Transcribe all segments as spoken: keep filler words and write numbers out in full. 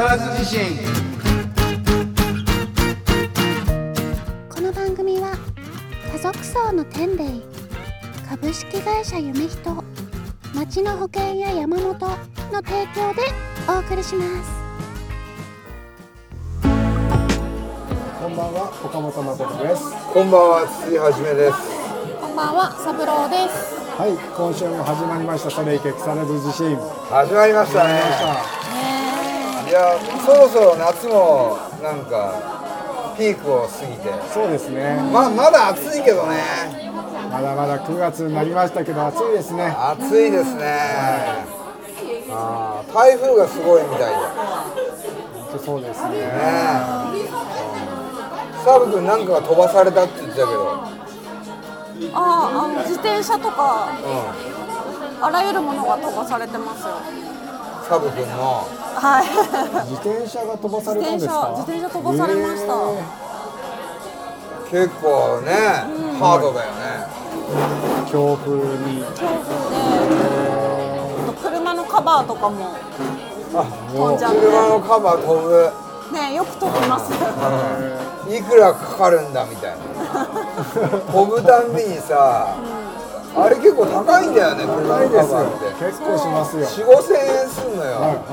らず自身。 この番組は家族層の天霊、株式会社夢人、町の保険や山本の提供でお送りします。 こんばんは、岡本誠です。 こんばんは、辻はじめです。 こんばんは、三郎です。 はい、今週も始まりました。それいけ木更津地震。 始まりましたね。いや、そろそろ夏もなんかピークを過ぎて。 そうですね。 まあまだ暑いけどね。 まだまだくがつになりましたけど暑いですね。 暑いですね。ああ、台風がすごいみたいで。 本当そうですね。 ねサブ君なんかが飛ばされたって言ってたけど。 ああ、あの自転車とか、 うん、 あらゆるものが飛ばされてますよ。 サブ君の。 はい。 自転車が飛ばされたんですか。 自転車、自転車飛ばされました。 結構ね、うん、ハードだよね。 強風に。 強風で、車のカバーとかも飛んじゃって。 車のカバー飛ぶ。 ね、よく飛びます。 いくらかかるんだみたいな。飛ぶたんびにさ、うん、あれ結構高いんだよね。 高いですよ。結構しますよ。 四五千円すんのよ。 はい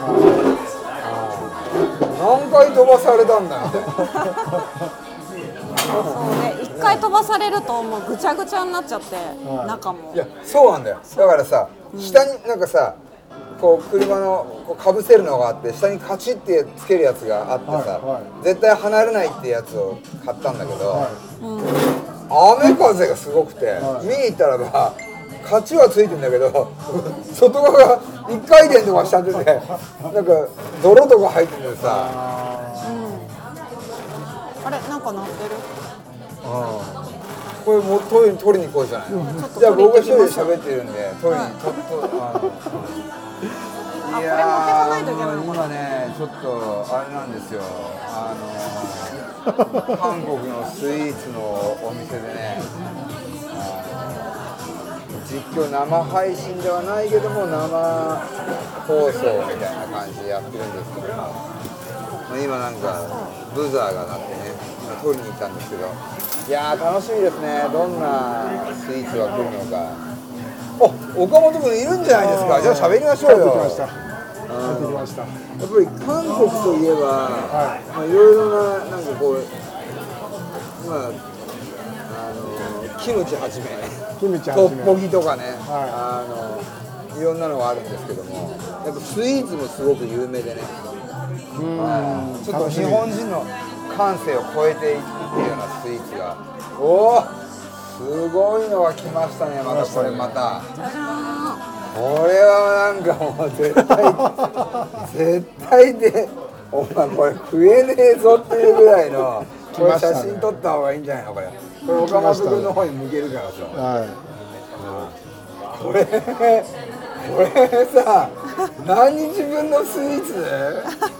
はいはい。何回飛ばされたんだみたいな。 そうね、一回飛ばされるともうぐちゃぐちゃになっちゃって、はい、中も。 いや、そうなんだよ。だからさ、下になんかさ。こう車のこうかぶせるのがあって下にカチッてつけるやつがあってさ、はいはい、絶対離れないってやつを買ったんだけど、はい、雨風がすごくて、はい、見に行ったらばカチはついてんだけど外側が一回転とかしちゃっててなんか泥とか入っててさ、 うん、あれなんか鳴ってる、 うんこれもうトイレに取りに来いじゃないの、うん、じゃあ僕が一人で喋ってるんでトイレにとっとあのいやー今ねちょっとあれなんですよあの韓国のスイーツのお店でね実況生配信ではないけども生放送みたいな感じでやってるんですけど今なんかブザーが鳴ってね今取りに行ったんですけどいやー楽しみですね。どんなスイーツが来るのか。あ、岡本君いるんじゃないですか。じゃあ喋りましょうよ。 帰ってきました。帰ってきました。 やっぱり韓国といえば、はい、まあいろいろななんかこうまああのキムチはじめ、 キムチトッポギとかね、 はい、 あのいろんなのがあるんですけども、やっぱスイーツもすごく有名でね。うん、ちょっと日本人の感性を超えていってるようなスイーツがおーすごいのが来ましたねまたこれまたこれはなんかもう絶対絶対でお前これ食えねえぞっていうぐらいのこれ写真撮った方がいいんじゃないのこれこれ岡本君の方に向けるからさ、はい、これこれさ何日分のスイーツ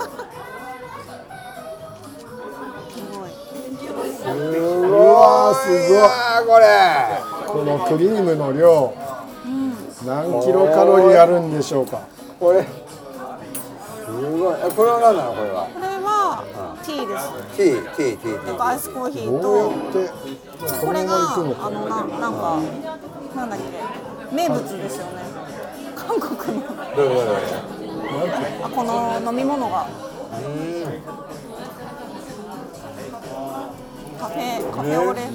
すごいすごいこれこのクリームの量、うん、何キロカロリーあるんでしょうかこれすごいこれは何なのこれはこれは、うん、ティーですティーティーティーティーアイスコーヒーとこれがあのななんかなんだっけ名物ですよね韓国のどれどれどれあこの飲み物がうんカフェ、カフェオレ。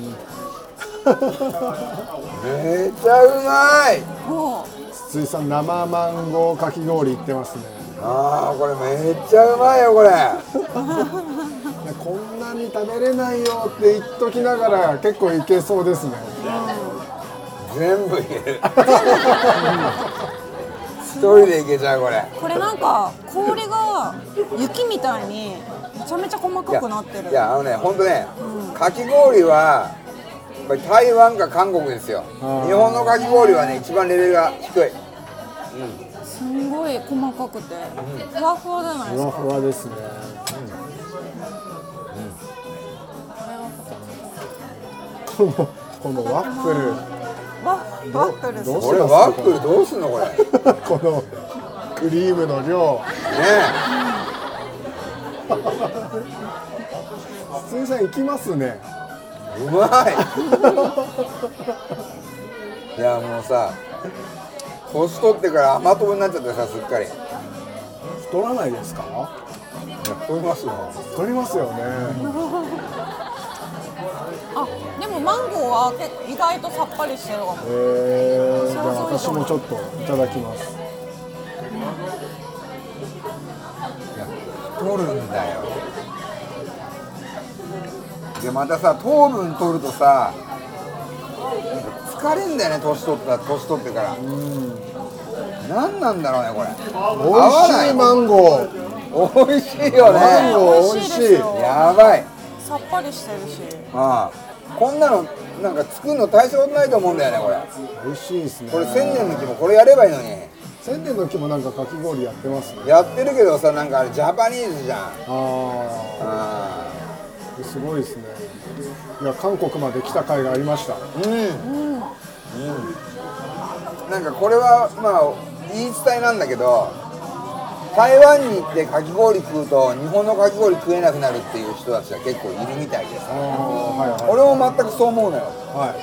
めちゃうまい。 もう筒井さん生マンゴーかき氷いってますね。 ああこれめっちゃうまいよこれ。 こんなに食べれないよって言っときながら結構いけそうですね。 うん、全部いける。一人でいけちゃうこれ。 これなんか氷が雪みたいにめちゃめちゃ細かくなってる。 いやあのね本当ね、うん、かき氷はやっぱり台湾か韓国ですよ。日本のかき氷はね一番レベルが低い。うん、 すんごい細かくて、うん、ふわふわじゃないですか。 ふわふわですね。うんうん、このこのワッフル。 ワッフル。 これワッフルどうすんのこれ。 このクリームの量。 ねえ。 筒井さん行きますね。 うまいいやもうさ、年取ってから甘党になっちゃってさ、すっかり。 太らないですか？ いや太りますよ。 太りますよね。 あ、でもマンゴーは結構意外とさっぱりしてるかも。 えー、じゃあ私もちょっといただきます。 いや太るんだよ。でまたさ、糖分取るとさ、疲れんだよね、年取った年取ってから。何なんだろうねこれ。 美味しいマンゴー。 美味しいよね。 マンゴー美味しい。 やばい。 さっぱりしてるし。 ああ、こんなのなんか作るの大したことないと思うんだよねこれ。 美味しいですね。 これ千年の木もこれやればいいのに。 千年の木もなんかかき氷やってますね。 やってるけどさ、なんかあれジャパニーズじゃん。 あああ、すごいですね。いや韓国まで来た甲斐がありました。 うん、うん、うん、なんかこれはまあ言い伝えなんだけど、台湾に行ってかき氷食うと日本のかき氷食えなくなるっていう人たちが結構いるみたいでさ、 はいはい、 俺も全くそう思うのよ。 はい、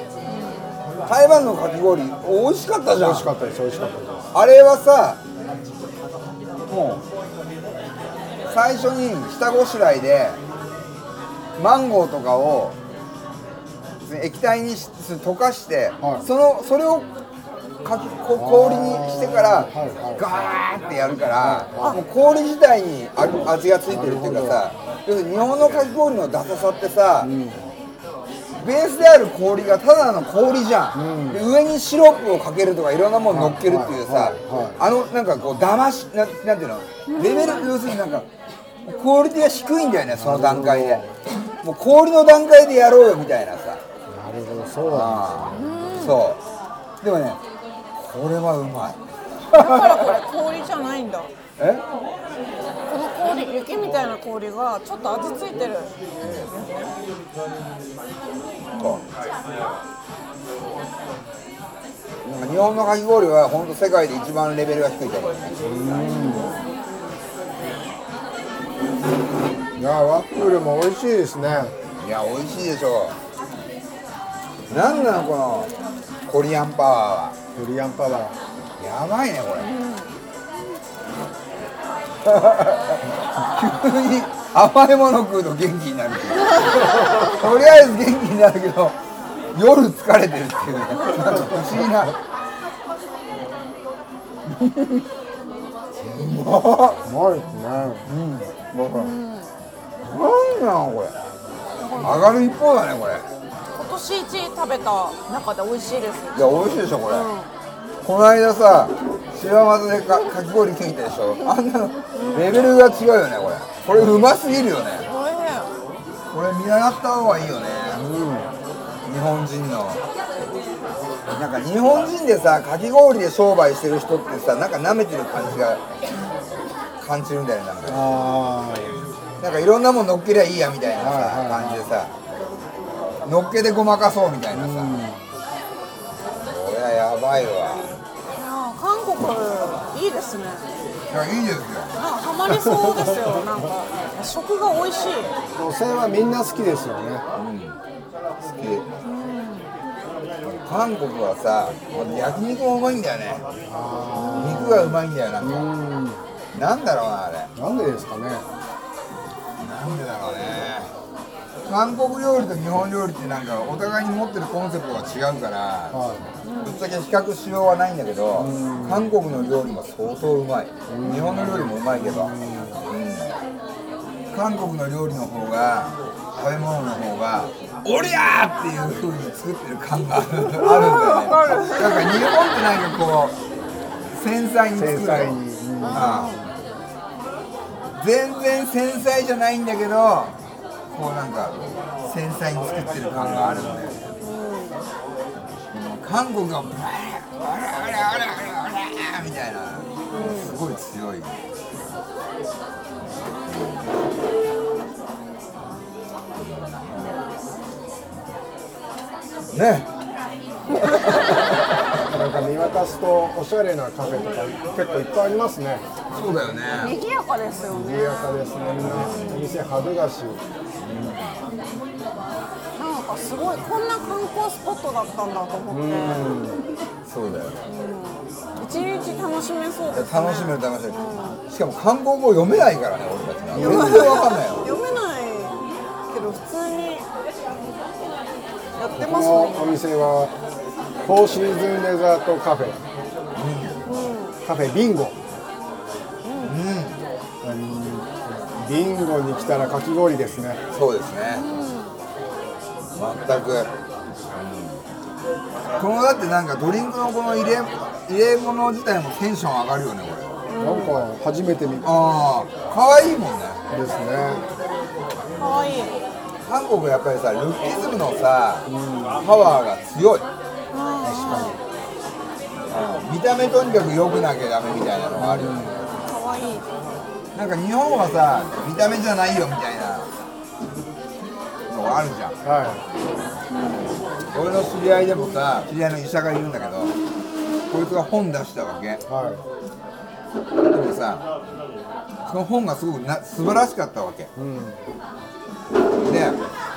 台湾のかき氷美味しかったじゃん。 美味しかったです、美味しかったです。 あれはさ、もう最初に下ごしらえでマンゴーとかを液体にし溶かして、はい、そのそれをかき氷にしてからガーってやるから、もう氷自体に味がついてるっていうかさ、要するに日本のかき氷のダサさってさ、うん、ベースである氷がただの氷じゃん、うん、で上にシロップをかけるとかいろんなもの乗っけるっていうさ、あのなんかこう騙し な, なんていうのレベル、要するになんかクオリティが低いんだよね、その段階で。もう氷の段階でやろうよみたいなさ。 なるほど、そうなんですね。 そうでもね、これはうまい。 だからこれ氷じゃないんだ。 え？ この氷、雪みたいな氷がちょっと味ついてる。 そうなんか日本のかき氷は本当世界で一番レベルが低いと思うね。 いやワッフルも美味しいですね。 いや美味しいでしょう。なんなのこのコリアンパワーは。 コリアンパワーやばいねこれ、うん、急に甘いもの食うと元気になるっていうとりあえず元気になるけど夜疲れてるっていうね、なんか不思議なうまっ、 うまいですね。 うん、なんなのこれ、上がる一方だねこれ。 今年一食べた中で美味しいです。 いや美味しいでしょこれ、うん、この間さ柴又で か, かき氷食いたでしょ。あんなのレベルが違うよねこれ。これうますぎるよね。これ見習った方がいいよね、うん、日本人の。なんか日本人でさかき氷で商売してる人ってさ、なんか舐めてる感じが感じるんだよね。なんかあなんかいろんなもん乗っけりゃいいやみたいなさ、はいはいはい、感じでさ乗っけてごまかそうみたいなさ、うん、これはやばいわ。いや韓国いいですね。 いやいいですよ。 なんかハマりそうですよ。なんか食が美味しい。 女性はみんな好きですよね、うん、 好き、うん、韓国はさ焼肉もうまいんだよね。肉がうまいんだよ。なんか、うん、なんだろうなあれ。 なんでですかね。 なんでだろうね。韓国料理と日本料理ってなんかお互いに持ってるコンセプトが違うから、はい、ぶっちゃけ比較しようはないんだけど、韓国の料理も相当うまい。日本の料理もうまいけど、うん、韓国の料理の方が食べ物の方がおりゃーっていう風に作ってる感があるんだよね。なんか日本ってなんかこう繊細に作る。繊細に、うん、ああ全然繊細じゃないんだけどこうなんか繊細に作ってる感があるんだよね。韓国がブラーブラブラブラブラみたいなすごい強い。ね。 なんか見渡すとおしゃれなカフェとか結構いっぱいありますね。 そうだよね。 賑やかですよね。 賑やかですね。みんなお店派手だし。 なんかすごいこんな観光スポットだったんだと思って、 そうだよ。 一日楽しめそうですね。 楽しめる楽しめる。しかも韓国語読めないからね、俺たちな。全然わかんないよ。 読めないけど普通にやってこますのおね。 店はフォーシーズンデザートカフェ、カフェビンゴ、うん、ビンゴに来たらかき氷ですね。 そうですね。全く。このだってなんかドリンクのこの入れ入れ物自体もテンション上がるよね、これ。 なんか初めて見たああ、可愛いもんね。 ですね。 可愛いい。 韓国はやっぱりさ、ルッキズムのさ、パワーが強い。見た目とにかく良くなきゃダメみたいなのがあるよね。 可愛いい。 なんか日本はさ、見た目じゃないよみたいなのがあるじゃん。 は俺の知り合いでもさ、知り合いの医者がいるんだけど、こいつが本出したわけ。 いはでもさ、その本がすごくな素晴らしかったわけ。 い。うん。 で、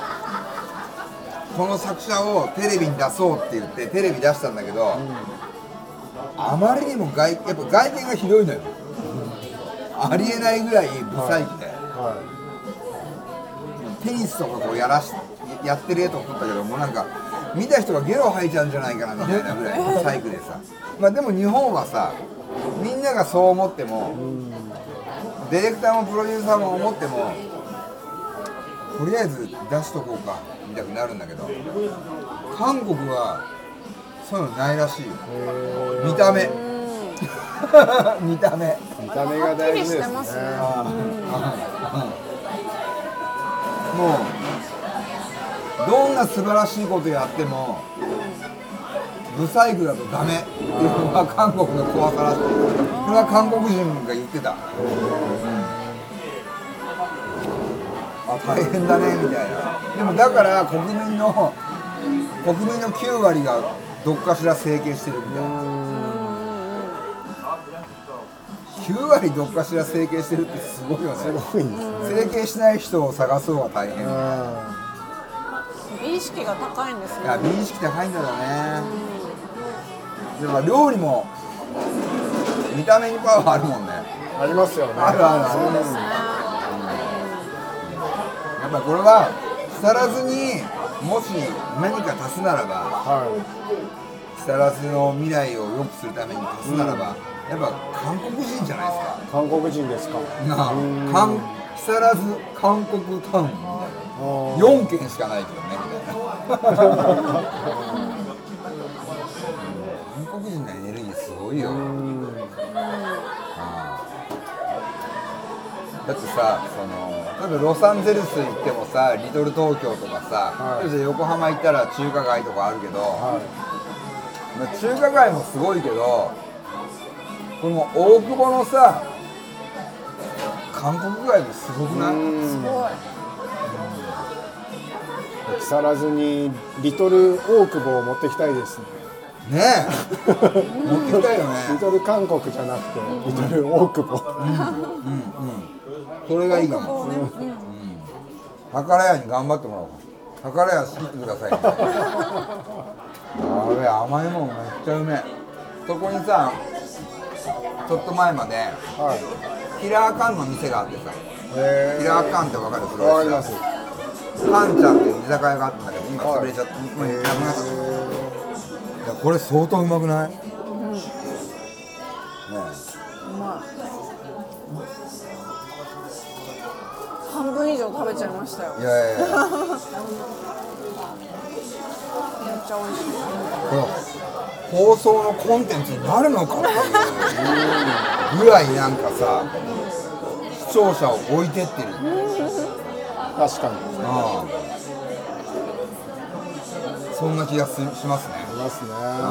この作者をテレビに出そうって言ってテレビ出したんだけど、あまりにも外やっぱ外見がひどいのよ。ありえないぐらいブサイクで、 はテニスとかこうやらしやってる絵と思ったけども、なんか見た人がゲロ吐いちゃうんじゃないかなみたいなぐらいブサイクでさ、まあでも日本はさ、みんながそう思っても、ディレクターもプロデューサーも思っても、とりあえず出しとこうかみたいになるんだけど、韓国はそういうのないらしいよ。見た目見た目い。見た目が大事ですね。 ますね。 もうどんな素晴らしいことやってもブサイクだとダメっていうのが韓国の怖さらしい。これは韓国人が言ってた。あ、大変だねみたいな。でもだから国民の国民のきゅう割がどっかしら整形してるみたいな。きゅう割どっかしら整形してるってすごいよね。 すごいんですね。 整形しない人を探すのは大変。 美意識が高いんですね。 いや、美意識高いんだろうね。でも料理も見た目にパワーあるもんね。 ありますよね。 あるあるある。 そうですね。 やっぱりこれは木更津にもし何か足すならば、 は木更津の未来を良くするために足すならば、やっぱ韓国人じゃないですか。 い。韓国人ですか。 なあ、韓木更津韓国タウンみたいな。よんけんしかないけどねみたいな。韓国人のエネルギーすごいよ。だってさ、その例えばロサンゼルス行ってもさ、リトル東京とかさ、 はい、 横浜行ったら中華街とかあるけど、 はまあ、中華街もすごいけど、この大久保のさ、韓国街もすごくない？ すごい。 い。木更津にリトル大久保を持ってきたいですね。 ねえ、持ってきたいよね。 リトル韓国じゃなくて、リトル大久保。 それがいいかも。宝屋に頑張ってもらおうか。宝屋好きってくださいね。あれ甘いもんめっちゃうめえ。そこにさ、ちょっと前まではキラーカンの店があってさ、 い。へキラーカンってわかる？プロレスわかります。 カンちゃんっていう居酒屋があったんだけど、今潰れちゃって、もうなくなった。いや、これ相当うまくない？ねうまい。半分以上食べちゃいましたよ。 え、いやいやいや、 めっちゃ美味しい。 この放送のコンテンツになるのかっていうぐらいなんかさ、視聴者を置いてってる。 確かに。 ああ、そんな気がすしますね。 いますね。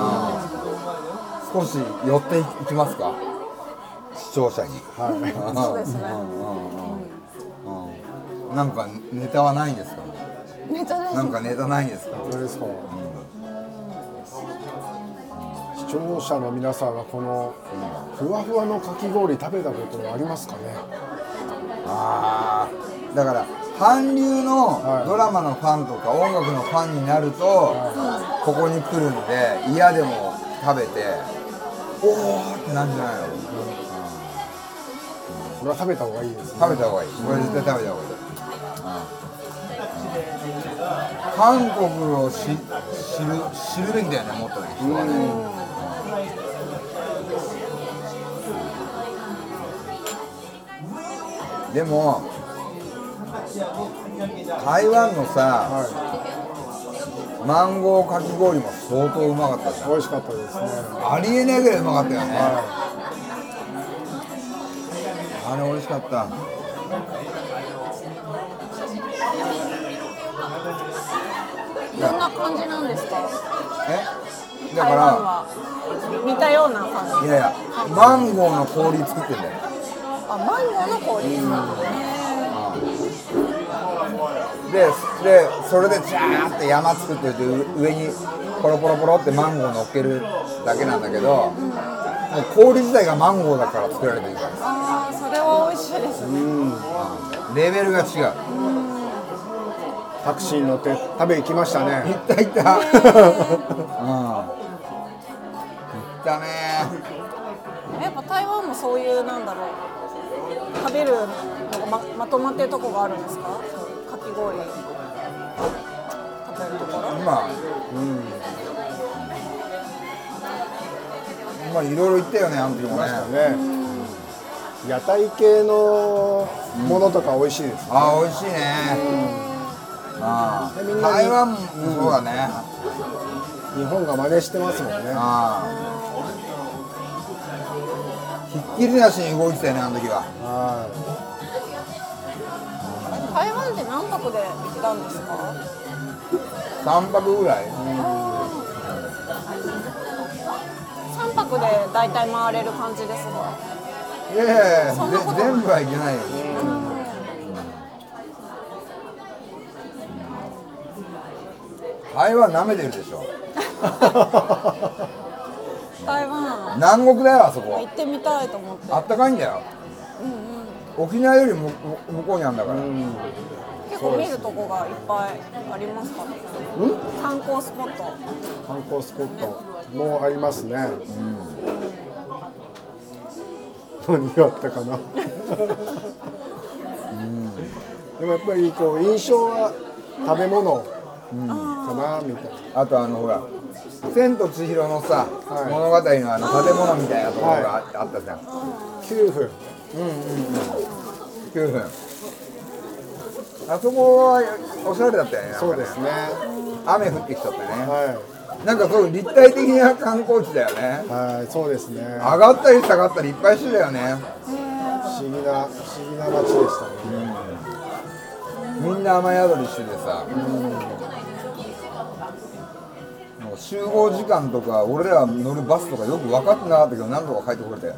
少し寄っていきますか、視聴者に。 はそうですね。 なんかネタはないんですか？ ネタです。 なんかネタないんですか？ い。どうですか。視視聴者の皆さんはこのふわふわのかき氷食べたことありますかね。 ああ、だから韓流のドラマのファンとか音楽のファンになるとここに来るんで、嫌でも食べておーってなんじゃないの。 これは食べた方がいいですね。 食べた方がいい。これ絶対食べた方がいい。韓国をし知る知るべきだよね、もっとね、人はね。でも台湾のさ、 はマンゴーかき氷も相当うまかったじゃい、美味しかったですね。 ん。ありえないぐらいうまかったよね。 はあれ美味しかった。 どんな感じなんですか？ えだ台から湾は似たような感じ。 いやいや、マンゴーの氷作ってんだよ。 あ、マンゴーの氷。 で、で、それでジャーって山作っておいて上にポロポロポロってマンゴー乗っけるだけなんだけど、もう氷自体がマンゴーだから作られてるから。 ああ、それは美味しいですね。 レベルが違う。 い、タクシーに乗って食べ行きましたいね。 ったいった。うん。いったね。 やっぱ台湾もそういうなんだろう、食べるのが ま, まとまってるとこがあるんですか？かき氷食べるところ。 まあ、うん。まあいろいろ言ったよね、あの時もね。 ね、屋台系のものとか美味しいですね。 ああ、美味しいね。ああ、 でみんなに台湾もそうだね。 日本が真似してますもんね。 ああ。ひっきりなしに動いてたよね、あの時は。 は台湾って何泊で行ったんですか？ さんぱくぐらい。 さんぱくでだいたい回れる感じですか？ いやいやいや、 そんなことぜ全部はいけないよ。台湾舐めてるでしょ。 台湾南国だよ、あそこ行。ってみたいと思って。 あったかいんだよ。沖縄よりも向こうにあるんだから。 結構見るとこがいっぱいありますかね。観光スポット。 い、観光スポットもありますね。何があったかな。でもやっぱりこう印象は食べ物かなみたいな。 あとあのほら、千と千尋のさ、 はい物語のあの建物みたいなところがああったじゃん。 きゅうふん。 きゅうふん。あそこはおしゃれだったよね。なんかねそうですね。 雨降ってきちゃったね。 はなんかそう立体的な観光地だよね。 い、はい、そうですね。 上がったり下がったりいっぱいしてたよね。 不思議な不思議な街でしたね。 みんな雨宿りしててさ、もう集合時間とか俺ら乗るバスとかよく分かってなかったけど何とか帰ってこれたよね。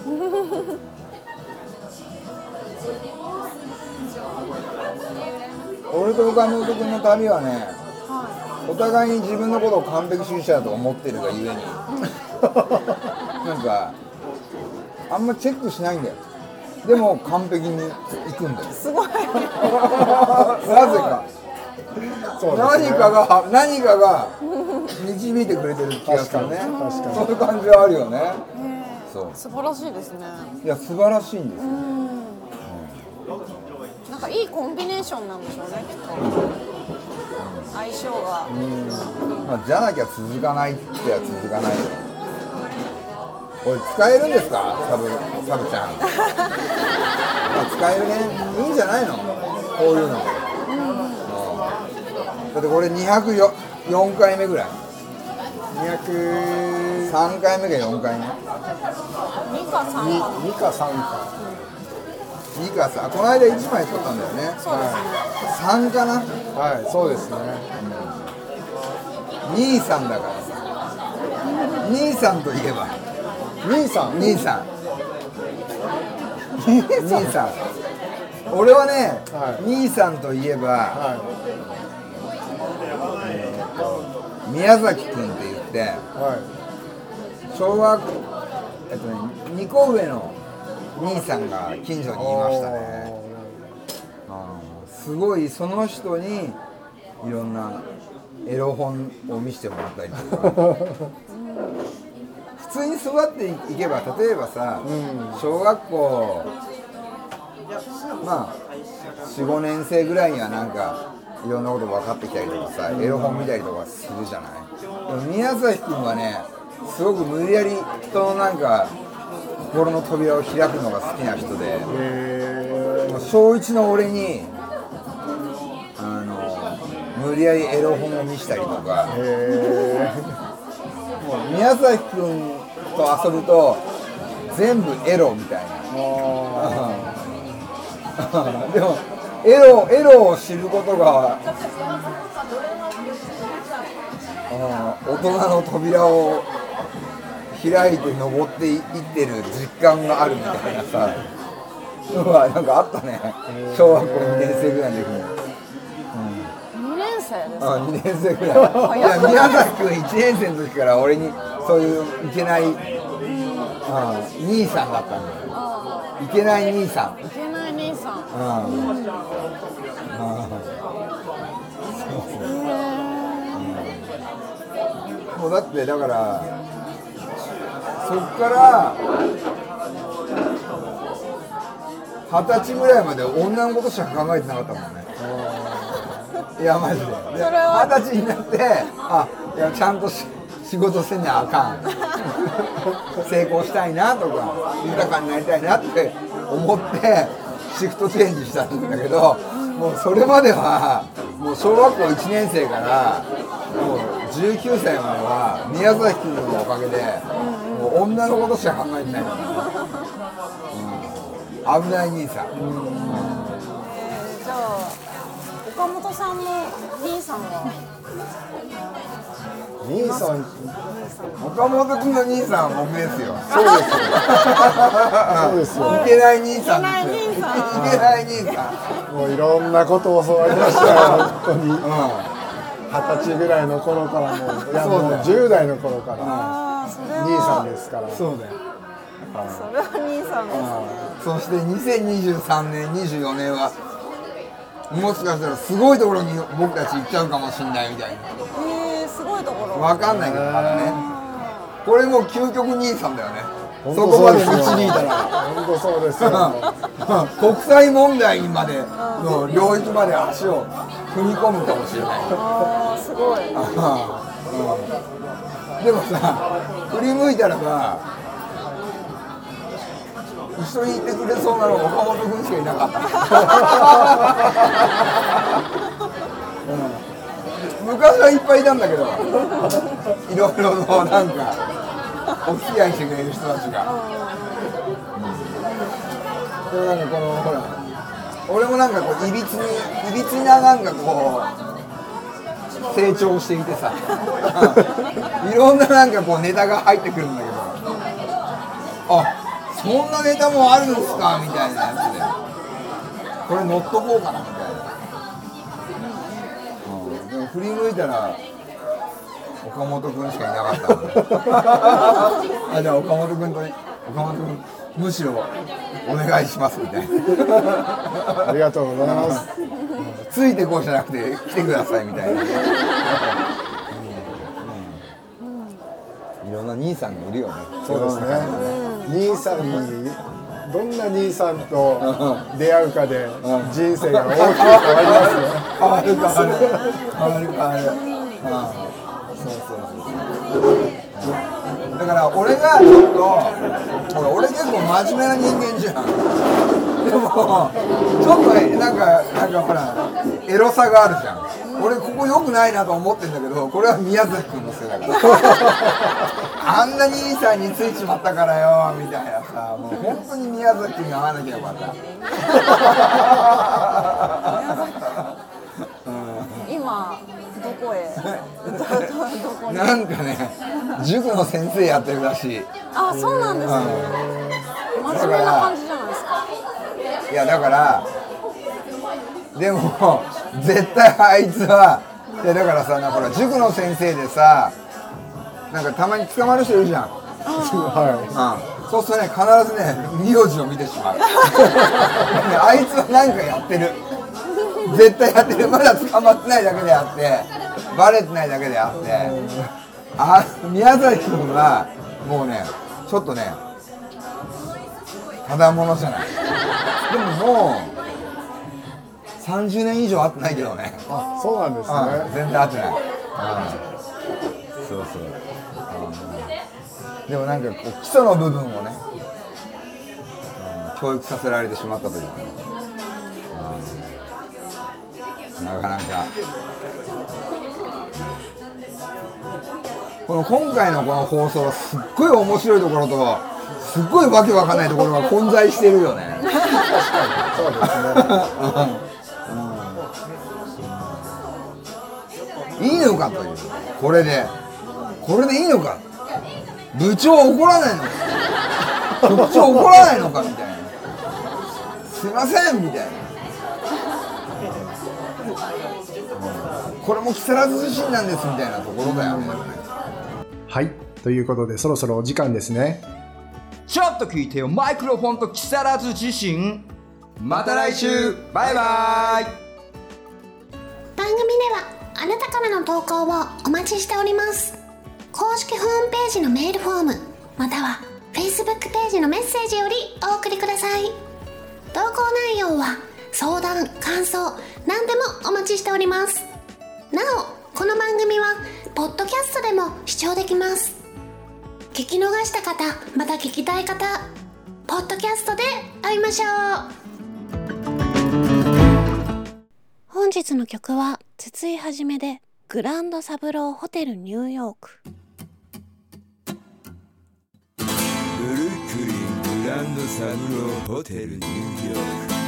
俺と岡本君の旅はね、お互いに自分のことを完璧主義者だと思ってるがゆえになんかあんまチェックしないんだよ。でも完璧に行くんだよ。 すごい。 なぜかそうですね。 何かが何かが導いてくれてる気がするね。 確かに確かにそういう感じはあるよね。そう。 素晴らしいですね。 いや素晴らしいんですよ。 なんかいいコンビネーションなんでしょうね、きっと。相性が。 まあじゃなきゃ続かないっては続かないよ。これ使えるんですか、サブサブちゃん。まあ使えるね。いいんじゃないの？こういうのも。だってこれにひゃくよんかいめぐらい。 にひゃくさんかいめかよんかいめ。 にかさんか。 にかさんか。 いいかさ、この間いちまい撮ったんだよね。 そうですね。 さんかな。 はい、そうですね。 にさんだからにさんといえば兄さん。 にさんにさん俺はね、 はい、 にさんといえば、 は宮崎くんって言ってい、は小学、えっとね、にこ上の兄さんが近所にいましたね。すごいその人にいろんなエロ本を見せてもらったりとか普通に育っていけば、例えばさ、うん、小学校まあ よん、ごねん生ぐらいにはなんかいろんなこと分かってきたりとかさ、エロ本見たりとかするじゃない。でも宮崎君はね、すごく無理やり人のなんか心の扉を開くのが好きな人で、小一の俺にあの無理やりエロ本を見したりとか、へもう宮崎君と遊ぶと全部エロみたいな。でもエロエロを知ることが大人の扉を開いて登っていってる実感があるみたいなさのがなんかあったね。小学校にねん生ぐらいの時に。 にねん生ですか？ あ、にねん生ぐらい。いや、宮崎君いちねん生の時から俺にそういういけない、うん、兄さんだったんだよ。いけない兄さん。 いけない兄さん。うんうん、もうだってだからそっから二十歳ぐらいまで女のことしか考えてなかったもんね。いやマジで。で二十歳になって、あ、いやちゃんとし仕事せなあかん成功したいなとか豊かになりたいなって思ってシフトチェンジしたんだけど、もうそれまではもう小学校いちねん生からもうじゅうきゅうさいまでは宮崎君のおかげでもう女のことしか考えてないから、うん、危ない兄さん、うん、 じゃあ岡本さんの兄さんは兄さん、 岡本君の兄さんは僕ですよ。 そうですよ。そうですよ。 いけない兄さんですよ。いけない兄さん。 もういろんなことを教わりましたよ、本当に。二十歳ぐらいの頃からもう、いやもうじゅう代の頃から兄さんですから。 そうだよ。 それは兄さんです。 そしてにせんにじゅうさんねん、にじゅうよねんはもしかしたらすごいところに僕たち行っちゃうかもしれないみたいな。 えー、すごいところ。 わかんないけどまだね。これもう究極兄さんだよね。そこまで導いたら。 本当そうですよ。 国際問題にまでの領域まで足を踏み込むかもしれない。 ああ、すごい。 でもさ、振り向いたらさ、一緒に行ってくれそうなの岡本君しかいなかった。うん、昔はいっぱいいたんだけど、いろいろのなんかお付き合いしてくれる人たちが。うん、なんかこのほら、俺もなんかこういびつにいびつななんかこう成長していてさ、いろんななんかこうネタが入ってくるんだけど、あ、そんなネタもあるんですかみたいなやつで、これ乗っとこうかなみたいな。うん、でも振り向いたら岡本君しかいなかったんであ、じゃあ岡本君と岡本君むしろお願いしますみたいな。 ありがとうございます。 ついてこうじゃなくて来てくださいみたいな。うんうん、いろんな兄さんがいるよね。 そうですね。兄さんにどんな兄さんと出会うかで人生が大きく変わりますね。 変わる変わる変わる変わる。そうそうそう。だから俺がちょっと、ほら俺結構真面目な人間じゃん。でもちょっとね、なんかなんかほらエロさがあるじゃん。俺ここ良くないなと思ってんだけど、これは宮崎君のせいだからあんな兄さんについちまったからよみたいなさ、もう本当に宮崎君に会わなきゃよかった今どこへどこになんかね、塾の先生やってるらしい。 あ、そうなんですね。真面目な感じじゃないですか。 いやだからでも絶対あいつは、いやだからさ、なんかほら塾の先生でさ、なんかたまに捕まる人いるじゃん。 はうん、そうするとね必ずね名字を見てしまうあいつは何かやってる絶対やってるまだ捕まってないだけであってバレてないだけであってあ宮崎君はもうねちょっとねただものじゃないでももうさんじゅうねん以上会ってないけどねい。あ、そうなんですうんね。 全然会ってない、うん、そうそう、うん、でもなんかこう基礎の部分をね、うん、教育させられてしまったというか、うん、なかなか、この今回のこの放送はすっごい面白いところとすっごいわけわかんないところが混在してるよね確かにそうですね。 いいのかというこれでこれでいいのか部長怒らないのか局長怒らないのかみたいなすいませんみたいなこれも木更津自身なんですみたいなところだよねはい、ということでそろそろお時間ですね。 ちょっと聞いてよマイクロフォンと木更津自身また来週バイバイ。 番組ではあなたからの投稿をお待ちしております。公式ホームページのメールフォームまたは Facebook ページのメッセージよりお送りください。投稿内容は相談、感想何でもお待ちしております。なおこの番組はポッドキャストでも視聴できます。聞き逃した方また聞きたい方ポッドキャストで会いましょう。本日の曲は筒井はじめでグランドサブローホテルニューヨーク。 ブルックリングランドサブローホテルニューヨー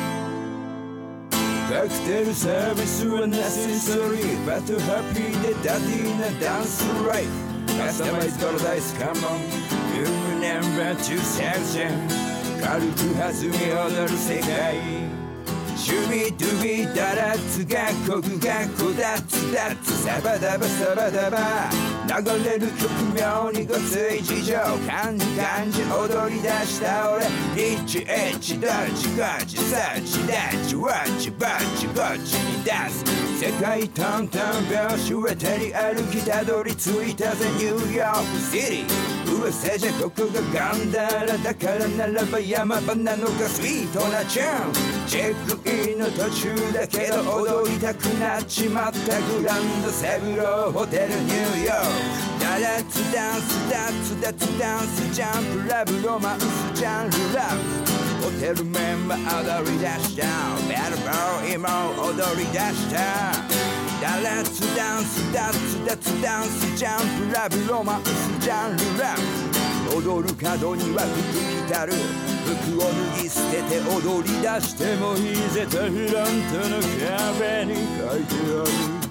クカクテルサービスはナセサリーバットハッピーでダディーなダンスライフカスタマイズパラダイスカモンルームナンバーにせん軽く弾み踊る世界シュビドゥビダラッツがコグがコダッツダッツサバダバサバダバ流れる曲妙にごつい事情感じ感じ踊り出した俺リッチエッチドッチゴッチサッチダッチワッチバッチゴッチに出す世界トントン拍子は手に歩きたどり着いたぜニューヨークシティ噂じゃここがガンダラだからならば山場なのかスイートなチューンチェックインの途中だけど踊りたくなっちまったグランドセブローホテルニューヨークダラッツダンスダッツダッツダンスジャンプラブロマンスジャンルラブホテルメンバー踊り出したベルボーイも踊り出したダラッツダンスダッツダッツダンスジャンプラブロマンスジャンルラブ踊る角には服着たる服を脱ぎ捨てて踊り出してもいいぜとフロントの壁に書いてある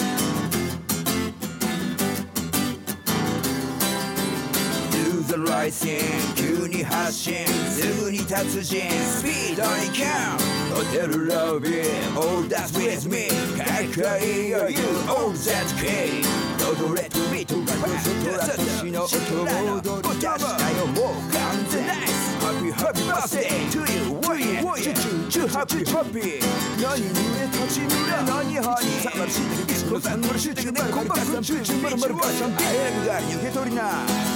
ライシン急に発進すぐに達人スピードにキャンホテルロビー All that's with me かっこいいよ You all that key 踊れとビートがファッ私の音を踊り出したよもう完全ナイス Happy Happy Birthday to you Warrior チュチュチュハッピーハッピー何濡れ立ち濡れ何ハニーさらしいてきこさんのしいてきねこんばんはチュチュまるまるばしゃん早くが受け取りな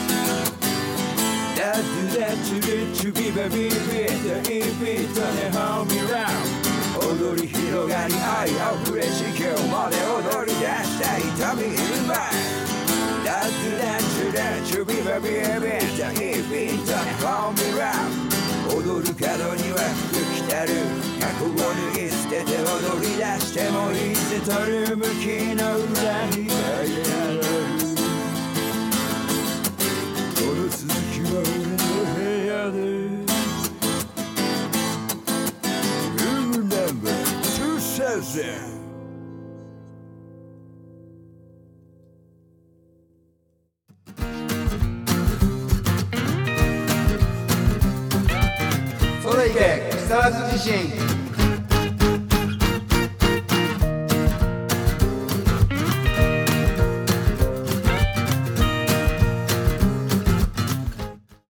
だってだってチュビバビビだいびたねハミラウ踊り広がり愛あふれ地球まで踊り出した痛みうまいだってだってチュビバビビだいびたねハミラウ踊る角には服着たる過去を脱ぎ捨てて踊り出してもいいぜとる向きの裏に書いてあるこの続きは俺の部屋でルームナンバーにせんそれいけ木更津地震